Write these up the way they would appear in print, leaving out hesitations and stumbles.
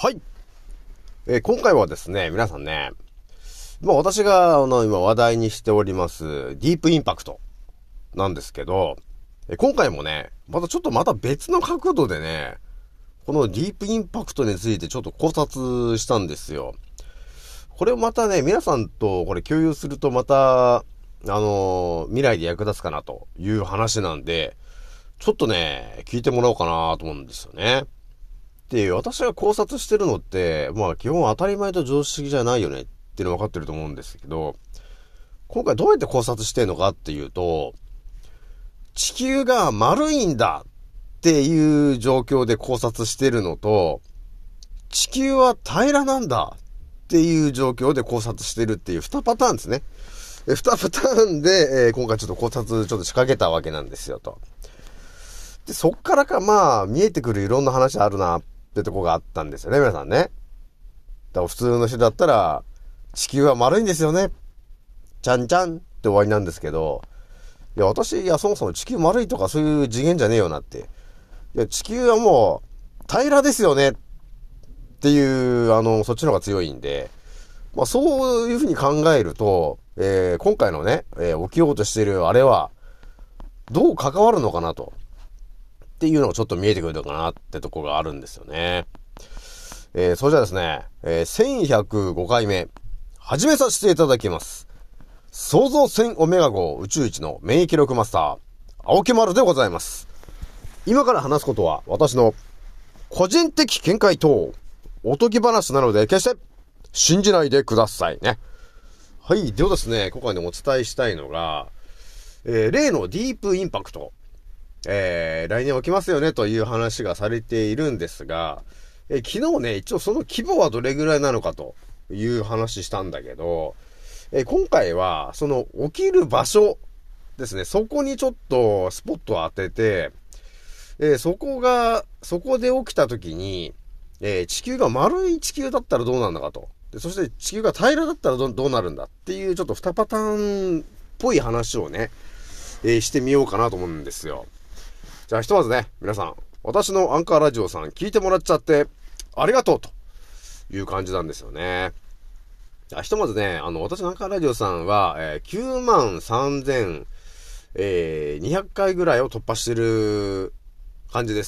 はい。今回はですね、皆さんね、私が今話題にしておりますディープインパクトなんですけど、今回もね、また別の角度でね、このディープインパクトについてちょっと考察したんですよ。これをまたね、皆さんとこれ共有するとまた、未来で役立つかなという話なんで、ちょっとね、聞いてもらおうかなと思うんですよね。で、私が考察してるのって、基本当たり前と常識じゃないよねっていうの分かってると思うんですけど、今回どうやって考察してるのかっていうと、地球が丸いんだっていう状況で考察してるのと、地球は平らなんだっていう状況で考察してるっていう2パターンですね。2パターンで、今回ちょっと考察ちょっと仕掛けたわけなんですよと。で、そっから見えてくるいろんな話あるなってとこがあったんですよね、皆さんね。だから普通の人だったら、地球は丸いんですよね。ちゃんちゃんって終わりなんですけど、そもそも地球丸いとかそういう次元じゃねえよなって。地球はもう、平らですよねっていう、そっちの方が強いんで、そういうふうに考えると、今回のね、起きようとしているあれは、どう関わるのかなと。っていうのがちょっと見えてくるのかなってとこがあるんですよね。それじゃあですね、1105回目、始めさせていただきます。創造船オメガ号宇宙一の免疫力マスター、青木丸でございます。今から話すことは私の個人的見解とおとぎ話なので決して信じないでくださいね。はい。ではですね、今回ねお伝えしたいのが、例のディープインパクト。来年起きますよねという話がされているんですが、昨日ね、一応その規模はどれぐらいなのかという話したんだけど、今回はその起きる場所ですね、そこにちょっとスポットを当てて、そこで起きた時に、地球が丸い地球だったらどうなんだかと。でそして地球が平らだったらどうなるんだっていうちょっと2パターンっぽい話をね、してみようかなと思うんですよ。じゃあひとまずね、皆さん、私のアンカーラジオさん聞いてもらっちゃってありがとうという感じなんですよね。じゃあひとまずね、私のアンカーラジオさんは、93,200回ぐらいを突破してる感じです。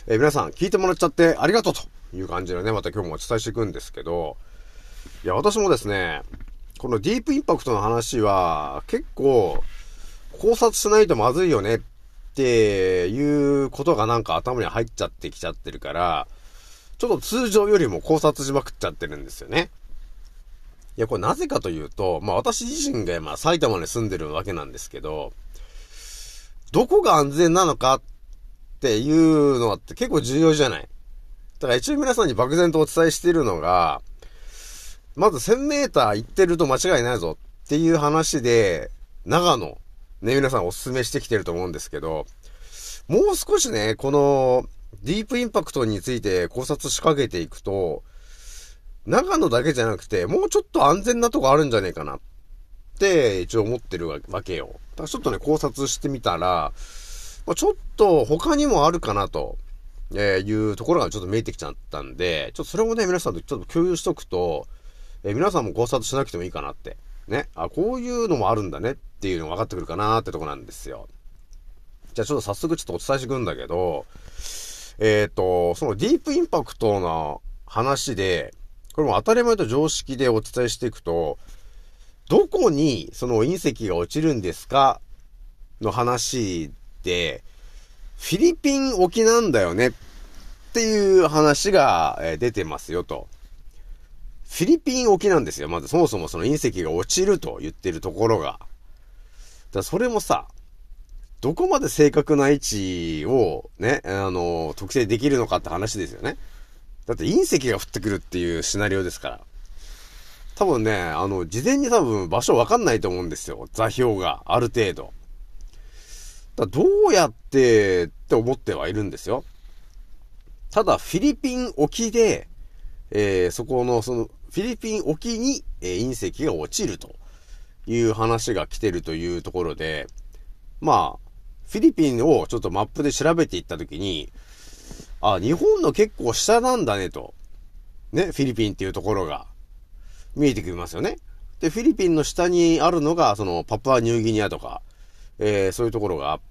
皆さん聞いてもらっちゃってありがとうという感じでね、また今日もお伝えしていくんですけど、いや、私もですね、このディープインパクトの話は結構考察しないとまずいよねっていうことがなんか頭に入っちゃってきちゃってるから、ちょっと通常よりも考察しまくっちゃってるんですよね。いや、これなぜかというと、私自身が埼玉に住んでるわけなんですけど、どこが安全なのかっていうのはって結構重要じゃない。だから一応皆さんに漠然とお伝えしているのが、まず1000メーター行ってると間違いないぞっていう話で、長野、ね、皆さんお勧めしてきてると思うんですけど、もう少しね、このディープインパクトについて考察しかけていくと、長野だけじゃなくて、もうちょっと安全なとこあるんじゃねえかなって一応思ってるわけよ。だからちょっとね、考察してみたら、ちょっと他にもあるかなと、いうところがちょっと見えてきちゃったんで、ちょっとそれをね、皆さんとちょっと共有しとくと、皆さんも考察しなくてもいいかなって。ね。こういうのもあるんだねっていうのが分かってくるかなってとこなんですよ。じゃあちょっと早速ちょっとお伝えしていくんだけど、そのディープインパクトの話で、これも当たり前と常識でお伝えしていくと、どこにその隕石が落ちるんですかの話で、フィリピン沖なんだよねっていう話が出てますよと。フィリピン沖なんですよ。まずそもそもその隕石が落ちると言ってるところが。だそれもさ、どこまで正確な位置をね、特定できるのかって話ですよね。だって隕石が降ってくるっていうシナリオですから。多分ね、事前に多分場所わかんないと思うんですよ。座標がある程度。どうやって思ってはいるんですよ。ただフィリピン沖で、そのフィリピン沖に、隕石が落ちるという話が来てるというところで、フィリピンをちょっとマップで調べていったときに、日本の結構下なんだねとね、フィリピンっていうところが見えてきますよね。で、フィリピンの下にあるのが、そのパプアニューギニアとか、そういうところがあって、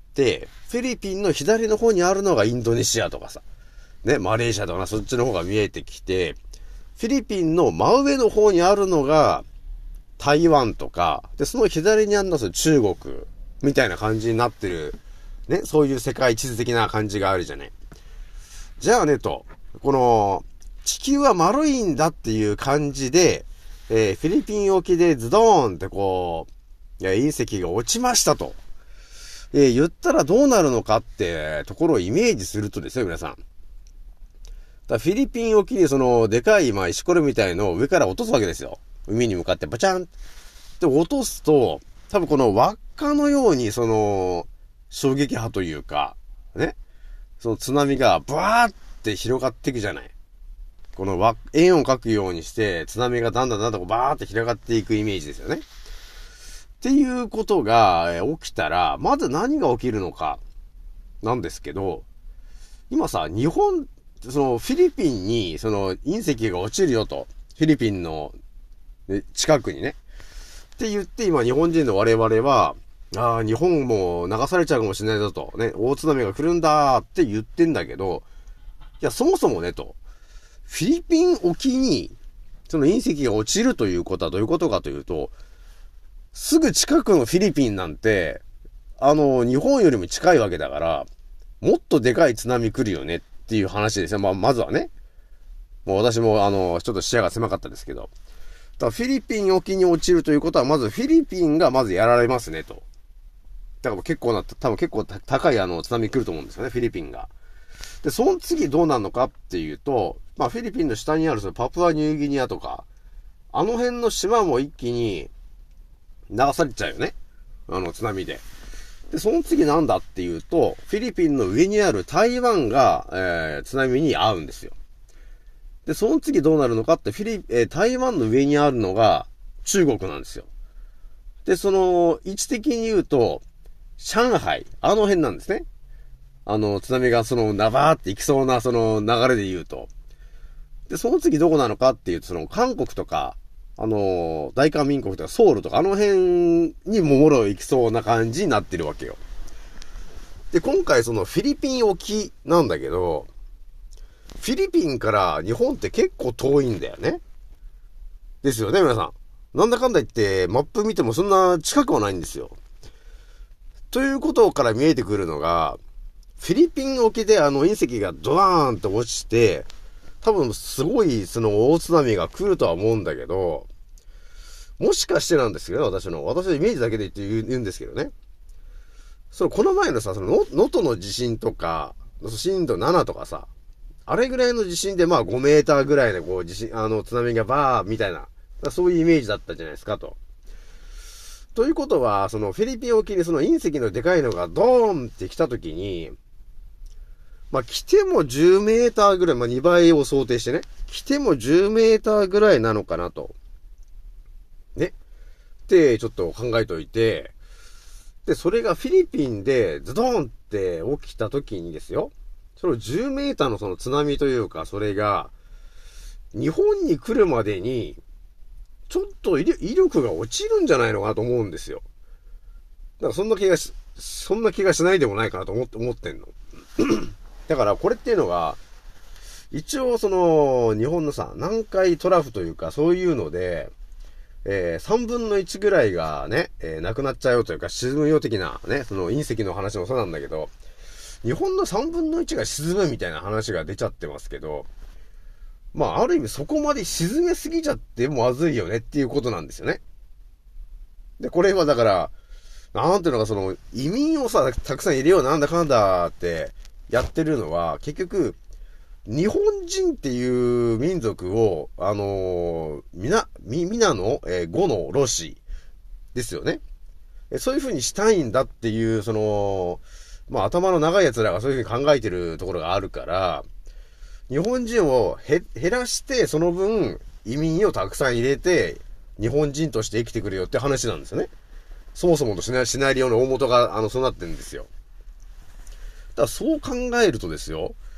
フィリピンの左の方にあるのがインドネシアとかさ、ね、マレーシアとかな、そっちの方が見えてきて、フィリピンの真上の方にあるのが台湾とか、で、その左にあるのは中国みたいな感じになってる、ね、そういう世界地図的な感じがあるじゃね。じゃあねと、この、地球は丸いんだっていう感じで、フィリピン沖でズドーンってこう、隕石が落ちましたと。言ったらどうなるのかってところをイメージするとですよ、皆さん。フィリピン沖にその、でかい、石ころみたいのを上から落とすわけですよ。海に向かってバチャンって落とすと、多分この輪っかのようにその、衝撃波というか、ね。その津波がバーって広がっていくじゃない。この円を描くようにして、津波がだんだんバーって広がっていくイメージですよね。っていうことが起きたら、まず何が起きるのか、なんですけど、今さ、そのフィリピンにその隕石が落ちるよと。フィリピンの近くにね。って言って今日本人の我々は、日本も流されちゃうかもしれないぞと。ね、大津波が来るんだって言ってんだけど、いや、そもそもねと。フィリピン沖にその隕石が落ちるということはどういうことかというと、すぐ近くのフィリピンなんて、日本よりも近いわけだから、もっとでかい津波来るよねっていう話ですよ。まずはね。もう私もちょっと視野が狭かったですけど。フィリピン沖に落ちるということは、まずフィリピンがまずやられますねと。だから多分結構高い津波来ると思うんですよね、フィリピンが。で、その次どうなるのかっていうと、フィリピンの下にあるそのパプアニューギニアとか、あの辺の島も一気に流されちゃうよね。津波で。で、その次なんだっていうと、フィリピンの上にある台湾が、津波に遭うんですよ。で、その次どうなるのかって、台湾の上にあるのが中国なんですよ。で、その、位置的に言うと、上海、あの辺なんですね。津波がバーって行きそうな、その流れで言うと。で、その次どこなのかっていうと、韓国とか、大韓民国とかソウルとか、あの辺にもろ行きそうな感じになってるわけよ。で、今回そのフィリピン沖なんだけど、フィリピンから日本って結構遠いんだよね。ですよね、皆さん。なんだかんだ言って、マップ見てもそんな近くはないんですよ。ということから見えてくるのが、フィリピン沖で隕石がドワーンと落ちて、多分すごいその大津波が来るとは思うんだけど、もしかしてなんですけど、私のイメージだけで言うんですけどね。この前のさ、能登の地震とか、震度7とかさ、あれぐらいの地震で5メーターぐらいで津波がバーみたいな、そういうイメージだったじゃないですかと。ということは、そのフィリピン沖にその隕石のでかいのがドーンって来た時に、来ても10メーターぐらい、2倍を想定してね、来ても10メーターぐらいなのかなと。ね。ってちょっと考えておいて、で、それがフィリピンでズドーンって起きた時にですよ、その10メーターのその津波というか、それが、日本に来るまでに、ちょっと威力が落ちるんじゃないのかなと思うんですよ。だからそんな気がしないでもないかなと思ってんの。だからこれっていうのが、一応その、日本のさ、南海トラフというか、そういうので、3分の1ぐらいがね、なくなっちゃうよというか、沈むよ的なね、その隕石の話もそうなんだけど、日本の3分の1が沈むみたいな話が出ちゃってますけど、ある意味そこまで沈めすぎちゃってもまずいよねっていうことなんですよね。で、これはだから、なんていうのかその、移民をさ、たくさん入れようなんだかんだってやってるのは、結局、日本人っていう民族を、皆の、語のロシですよね。そういう風にしたいんだっていう、その、頭の長い奴らがそういう風に考えてるところがあるから、日本人を減らして、その分、移民をたくさん入れて、日本人として生きてくれよって話なんですよね。そもそものシナリオの大元が、そうなってるんですよ。だからそう考えるとですよ、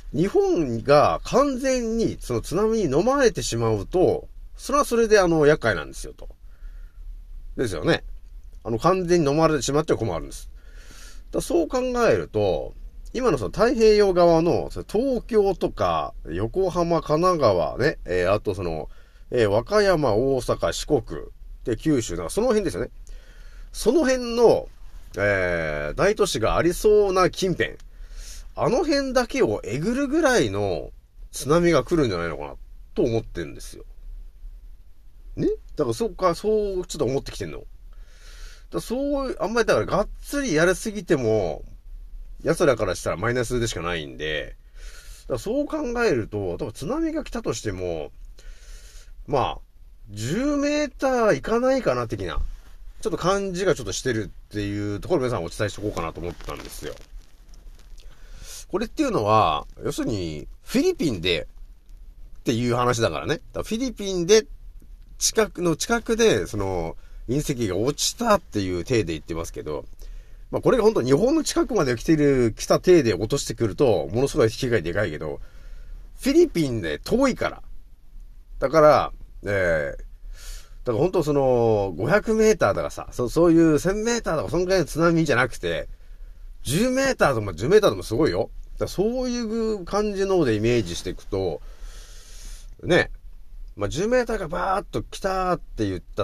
日本が完全にその津波に飲まれてしまうと、それはそれで厄介なんですよと。ですよね。完全に飲まれてしまっては困るんです。そう考えると、今のその太平洋側の東京とか横浜、神奈川ね、あと和歌山、大阪、四国で九州、その辺ですよね。その辺の、大都市がありそうな近辺、あの辺だけをえぐるぐらいの津波が来るんじゃないのかなと思ってるんですよ。ね？だからそうちょっと思ってきてんの。あんまりだからがっつりやりすぎても、奴らからしたらマイナスでしかないんで、そう考えると、多分津波が来たとしても、まあ、10メーターいかないかな的な、ちょっと感じがちょっとしてるっていうところを皆さんお伝えしておこうかなと思ったんですよ。これっていうのは、要するに、フィリピンでっていう話だからね。フィリピンで近くで、隕石が落ちたっていう体で言ってますけど、まあこれが本当日本の近くまで来た体で落としてくると、ものすごい被害でかいけど、フィリピンで遠いから。だから、だから本当500メーターとかさ、そういう1000メーターとかそんぐらいの津波じゃなくて、10メーターとも10メーターでもすごいよ。だそういう感じのでイメージしていくと、ね、まあ、10メーターがバーっと来たって言ったって、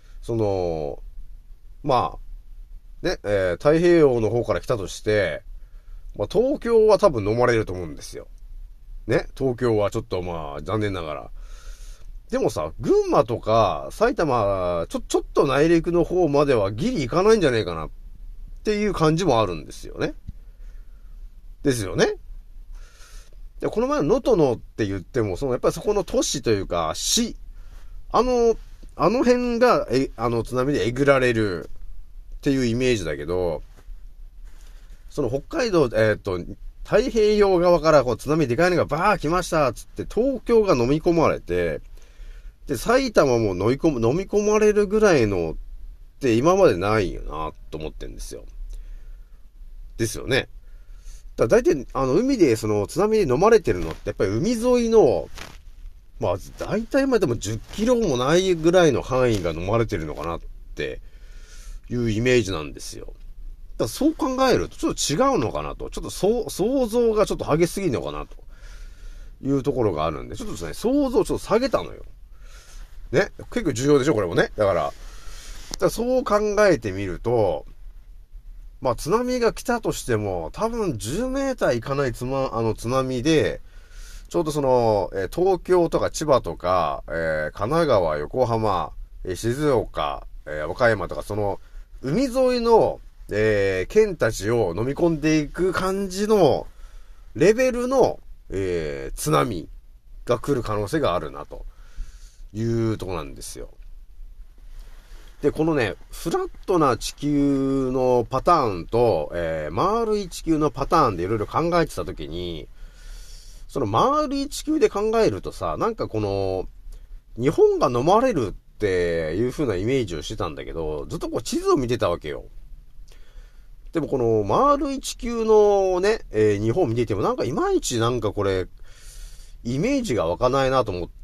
まあ、ね、太平洋の方から来たとして、まあ、東京は多分飲まれると思うんですよ。ね、東京はちょっとまあ、残念ながら。でもさ、群馬とか埼玉、ちょっと内陸の方まではギリ行かないんじゃねえかなっていう感じもあるんですよね。ですよね。でこの前の能登のって言っても、やっぱりそこの都市というか、市、あの辺が、津波でえぐられるっていうイメージだけど、北海道、太平洋側から津波でかいのがバー来ましたつって東京が飲み込まれて、で、埼玉も飲み込まれるぐらいのって今までないよなと思ってんですよ。ですよね。だいたい海で津波で飲まれてるのってやっぱり海沿いの、まあ大体まあでも10キロもないぐらいの範囲が飲まれてるのかなっていうイメージなんですよ。だそう考えるとちょっと違うのかなと、ちょっと想像がちょっと激しすぎるのかなというところがあるんで、ちょっとですね、想像をちょっと下げたのよ。ね、結構重要でしょこれもね。だからそう考えてみると、まあ津波が来たとしても多分10メーターいかない津波で、ちょうど東京とか千葉とか、神奈川、横浜、静岡、和歌山とか海沿いの、県たちを飲み込んでいく感じのレベルの、津波が来る可能性があるなというところなんですよ。で、このね、フラットな地球のパターンと、丸い地球のパターンでいろいろ考えてたときに、丸い地球で考えるとさ、なんか日本が飲まれるっていう風なイメージをしてたんだけど、ずっと地図を見てたわけよ。でもこの丸い地球のね、日本を見ててもなんかいまいちなんかこれ、イメージが湧かないなと思って、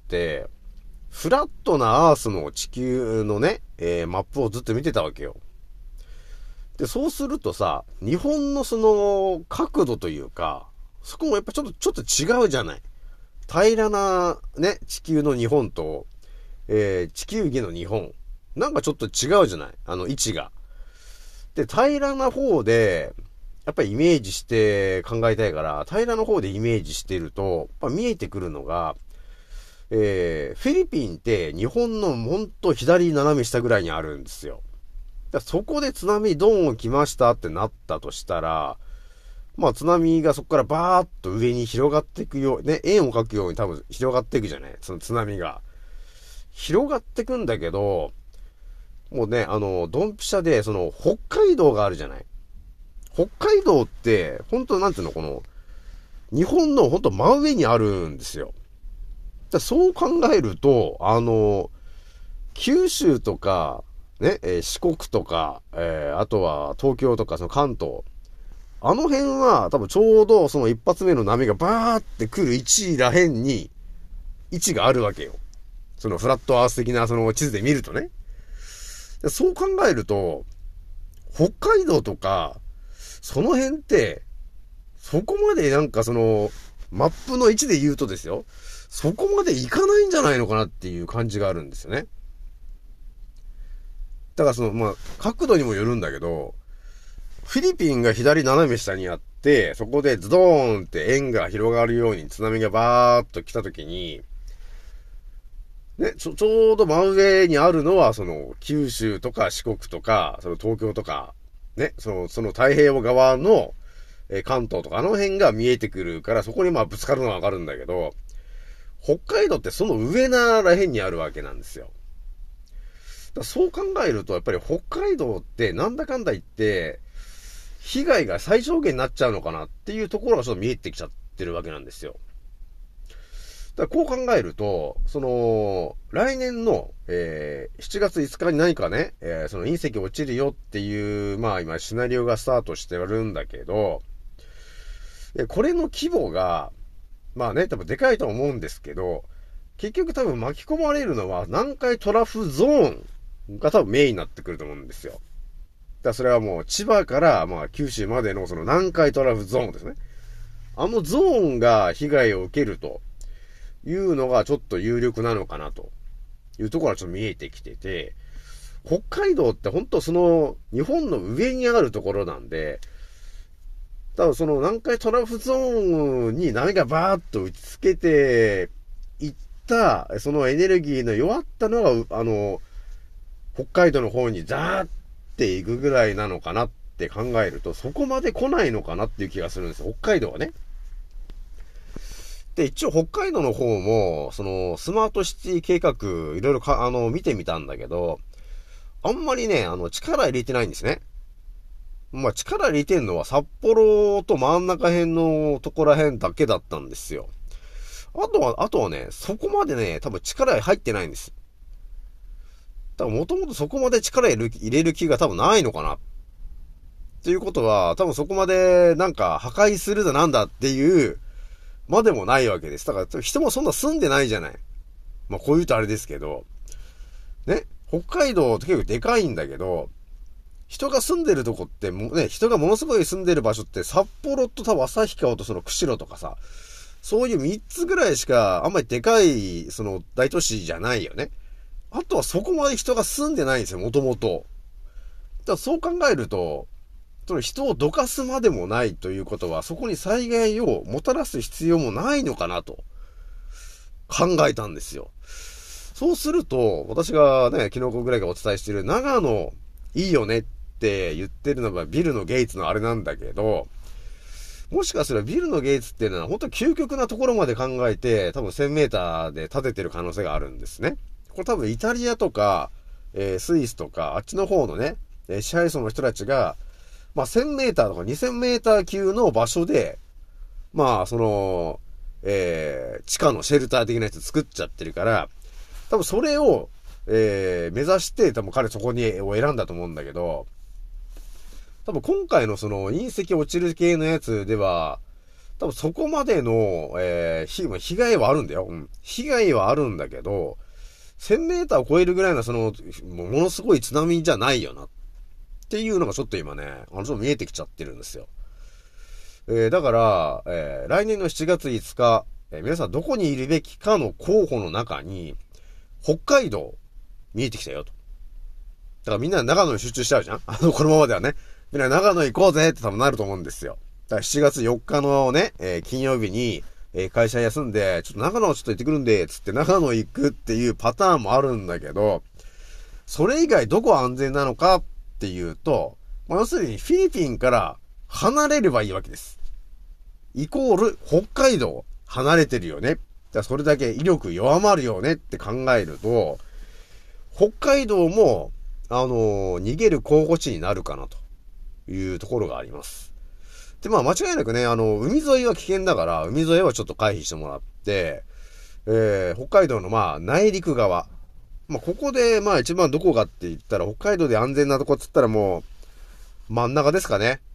フラットなアースの地球のね、マップをずっと見てたわけよ。で、そうするとさ、日本の角度というか、そこもやっぱちょっと違うじゃない。平らなね、地球の日本と、地球儀の日本。なんかちょっと違うじゃない。位置が。で、平らな方で、やっぱりイメージして考えたいから、平らな方でイメージしてると、やっぱ見えてくるのが、フィリピンって日本のほんと左斜め下ぐらいにあるんですよ。だそこで津波ドーン来ましたってなったとしたら、まあ津波がそこからバーッと上に広がっていくよう、ね、円を描くように多分広がっていくじゃない、その津波が。広がっていくんだけど、もうね、ドンピシャで、北海道があるじゃない。北海道って、本当なんていうの、日本の本当真上にあるんですよ。そう考えると、九州とか、ね、四国とか、あとは東京とか関東。 あの辺は多分ちょうどその一発目の波がバーって来る位置らへんに位置があるわけよ。そのフラットアース的なその地図で見るとね。そう考えると、北海道とか、その辺って、そこまでなんかその、マップの位置で言うとですよ、そこまで行かないんじゃないのかなっていう感じがあるんですよね。だからその、まあ、角度にもよるんだけど、フィリピンが左斜め下にあって、そこでズドーンって円が広がるように津波がバーっと来た時に、ね、ちょうど真上にあるのは、その、九州とか四国とか、その東京とか、ね、その太平洋側の、関東とかあの辺が見えてくるから、そこにまあぶつかるのはわかるんだけど、北海道ってその上ならへんにあるわけなんですよ。だそう考えると、やっぱり北海道ってなんだかんだ言って、被害が最小限になっちゃうのかなっていうところがちょっと見えてきちゃってるわけなんですよ。だからこう考えると、その、来年の、7月5日に何かね、その隕石落ちるよっていう、まあ今シナリオがスタートしてるんだけど、これの規模が、まあね、多分でかいと思うんですけど、結局多分巻き込まれるのは南海トラフゾーンが多分メインになってくると思うんですよ。だからそれはもう千葉からまあ九州までのその南海トラフゾーンですね。あのゾーンが被害を受けるというのがちょっと有力なのかなというところがちょっと見えてきてて、北海道って本当その日本の上にあるところなんで、多分その南海トラフゾーンに波がバーッと打ち付けていった、そのエネルギーの弱ったのが、北海道の方にザーっていくぐらいなのかなって考えると、そこまで来ないのかなっていう気がするんですよ。北海道はね。で、一応北海道の方も、その、スマートシティ計画、いろいろ見てみたんだけど、あんまりね、力入れてないんですね。まあ、力入れてんのは札幌と真ん中辺のところら辺だけだったんですよ。あとはね、そこまでね、多分力入ってないんです。多分もともとそこまで力入れる気が多分ないのかな。っていうことは、多分そこまでなんか破壊するだなんだっていうまでもないわけです。だから人もそんな住んでないじゃない。まあこう言うとあれですけど、ね、北海道って結構でかいんだけど、人が住んでるとこってね、人がものすごい住んでる場所って札幌と多分旭川とその釧路とかさ、そういう3つぐらいしかあんまりでかいその大都市じゃないよね。あとはそこまで人が住んでないんですよ、もともと。だからそう考えると、その人をどかすまでもないということは、そこに災害をもたらす必要もないのかなと考えたんですよ。そうすると、私がね、昨日ぐらいからお伝えしている長野いいよねって言ってるのがビルのゲイツのあれなんだけど、もしかすればビルのゲイツっていうのは本当に究極なところまで考えて、多分1000メーターで建ててる可能性があるんですね。これ多分イタリアとか、スイスとか、あっちの方のね、支配層の人たちが、まあ、1000メーターとか2000メーター級の場所で、まあ、その、地下のシェルター的なやつ作っちゃってるから、多分それを、目指して多分彼そこにを選んだと思うんだけど、多分今回のその隕石落ちる系のやつでは、多分そこまでの、被害はあるんだよ。うん。被害はあるんだけど、1000メーターを超えるぐらいのその、ものすごい津波じゃないよな。っていうのがちょっと今ね、ちょっと見えてきちゃってるんですよ。だから、来年の7月5日、皆さんどこにいるべきかの候補の中に、北海道、見えてきたよと。だからみんな長野に集中しちゃうじゃんこのままではね。みんな長野行こうぜって多分なると思うんですよ。だから7月4日のね、金曜日に、会社休んで、ちょっと長野ちょっと行ってくるんで、つって長野行くっていうパターンもあるんだけど、それ以外どこ安全なのかっていうと、まあ、要するにフィリピンから離れればいいわけです。イコール北海道離れてるよね。じゃあそれだけ威力弱まるよねって考えると、北海道も、逃げる候補地になるかなというところがあります。で、まあ間違いなくね、海沿いは危険だから、海沿いはちょっと回避してもらって、北海道のまあ内陸側。まあここでまあ一番どこかって言ったら、北海道で安全なとこって言ったらもう、真ん中ですかね。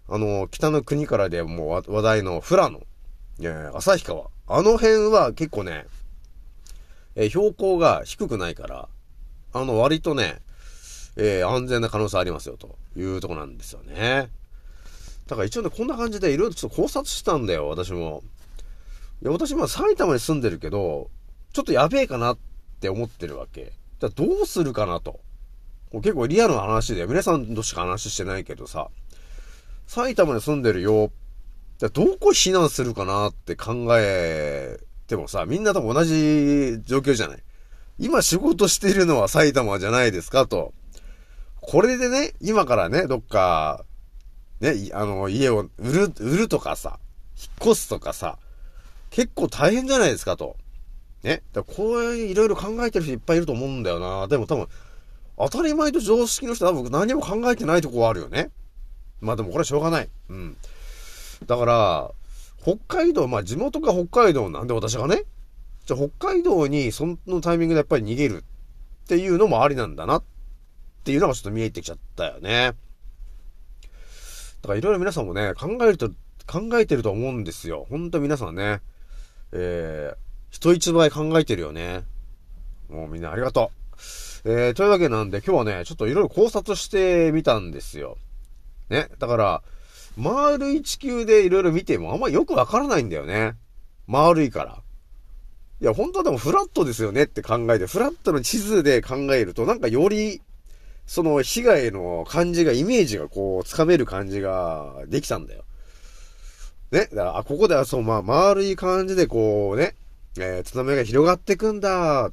北の国からでもう話題の富良野、旭川。あの辺は結構ね、標高が低くないから、割とね、安全な可能性ありますよ、というとこなんですよね。だから一応ね、こんな感じでいろいろちょっと考察したんだよ、私も。いや、私今埼玉に住んでるけど、ちょっとやべえかなって思ってるわけ。じゃあどうするかなと。結構リアルな話で、皆さんとしか話してないけどさ、埼玉に住んでるよ。じゃあどこ避難するかなって考えてもさ、みんな多分同じ状況じゃない。今仕事しているのは埼玉じゃないですかと。これでね、今からね、どっか、ね、家を売るとかさ、引っ越すとかさ、結構大変じゃないですかと。ね。だからこういういろいろ考えてる人いっぱいいると思うんだよな。でも多分、当たり前と常識の人は多分何も考えてないとこはあるよね。まあでもこれはしょうがない。うん。だから、北海道、まあ地元が北海道なんで私がね、じゃあ北海道にそのタイミングでやっぱり逃げるっていうのもありなんだなっていうのがちょっと見えてきちゃったよね。だからいろいろ皆さんもね、考えてると思うんですよ。ほんと皆さんね、人一倍考えてるよね。もうみんなありがとう。というわけなんで今日はね、ちょっといろいろ考察してみたんですよ。ね。だから、丸い地球でいろいろ見てもあんまよくわからないんだよね。丸いから。いや、本当はでもフラットですよねって考えて、フラットの地図で考えると、なんかより、その被害の感じが、イメージがこう、つかめる感じができたんだよ。ね。だから、ここではそう、まあ、丸い感じでこうね、津波が広がってくんだって、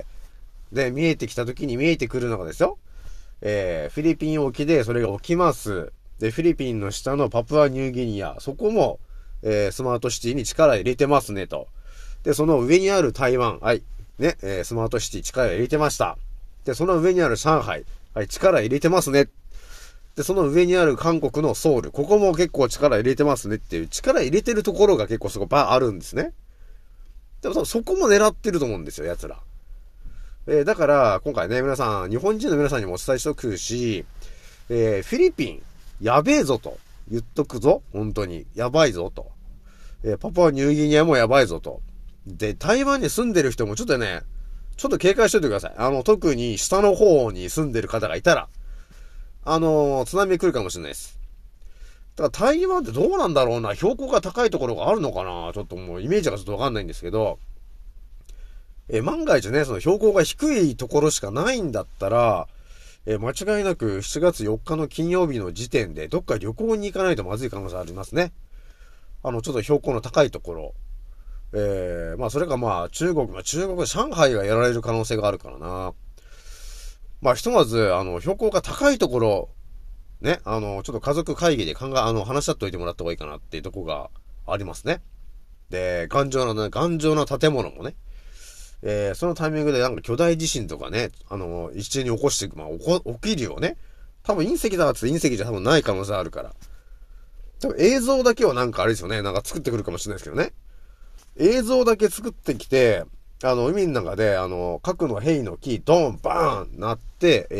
で、見えてきた時に見えてくるのがですよ。フィリピン沖でそれが起きます。で、フィリピンの下のパプアニューギニア、そこも、スマートシティに力入れてますねと。で、その上にある台湾、はい、ね、スマートシティ力入れてました。で、その上にある上海、はい、力入れてますね。で、その上にある韓国のソウル、ここも結構力入れてますねっていう、力入れてるところが結構そこあるんですね。でも多分そこも狙ってると思うんですよ、奴ら。だから、今回ね、皆さん、日本人の皆さんにもお伝えしとくし、フィリピン、やべえぞと言っとくぞ。本当に。やばいぞと。パプアニューギニアもやばいぞと。で、台湾に住んでる人もちょっとね、ちょっと警戒しといてください。特に下の方に住んでる方がいたら、津波来るかもしれないです。だから台湾ってどうなんだろうな。標高が高いところがあるのかな。ちょっともうイメージがちょっとわかんないんですけど、万が一ね、その標高が低いところしかないんだったら、間違いなく7月4日の金曜日の時点でどっか旅行に行かないとまずい可能性ありますね。ちょっと標高の高いところ。まあそれかまあ中国、上海がやられる可能性があるからな。まあひとまず、標高が高いところ、ね、ちょっと家族会議で話し合っといてもらった方がいいかなっていうとこがありますね。で、頑丈な建物もね、そのタイミングでなんか巨大地震とかね、一斉に起こして、まあ、起きるよね。多分隕石だって隕石じゃ多分ない可能性あるから。多分映像だけはなんかあれですよね。なんか作ってくるかもしれないですけどね。映像だけ作ってきて、海の中で、核のヘイの木、ドーン、バーンなって、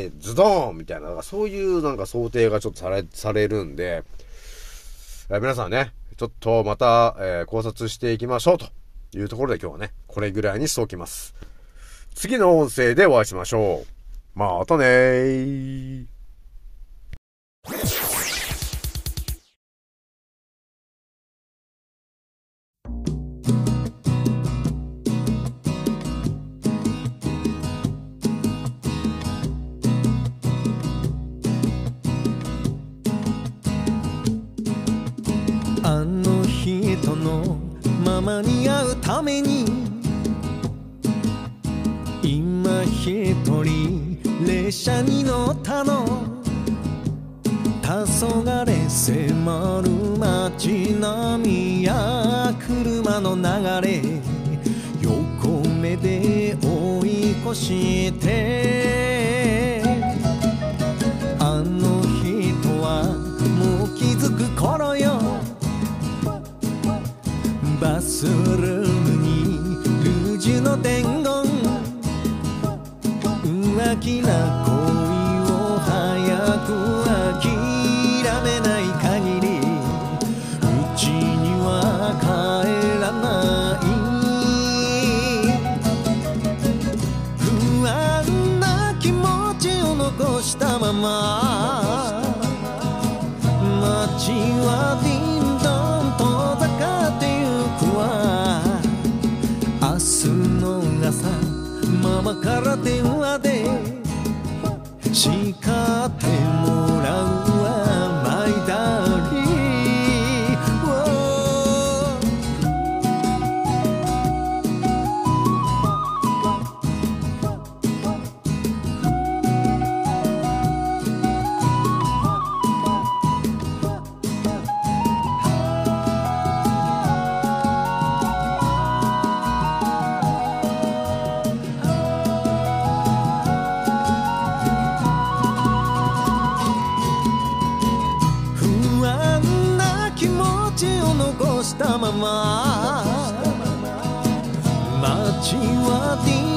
ズドーンみたいな、そういうなんか想定がちょっとされるんで、皆さんね、ちょっとまた、考察していきましょうというところで今日はね、これぐらいにしておきます。次の音声でお会いしましょう。またねー。 あの人のままに会うために今一人列車に乗ったの。黄昏迫る街並みや車の流れ横目で追い越して、あの人はもう気づく頃よ。バスルームにルージュの伝言、浮気な恋を早く諦めない限りの朝ママから電話で叱ってもらうわマイダーリンしたまま街は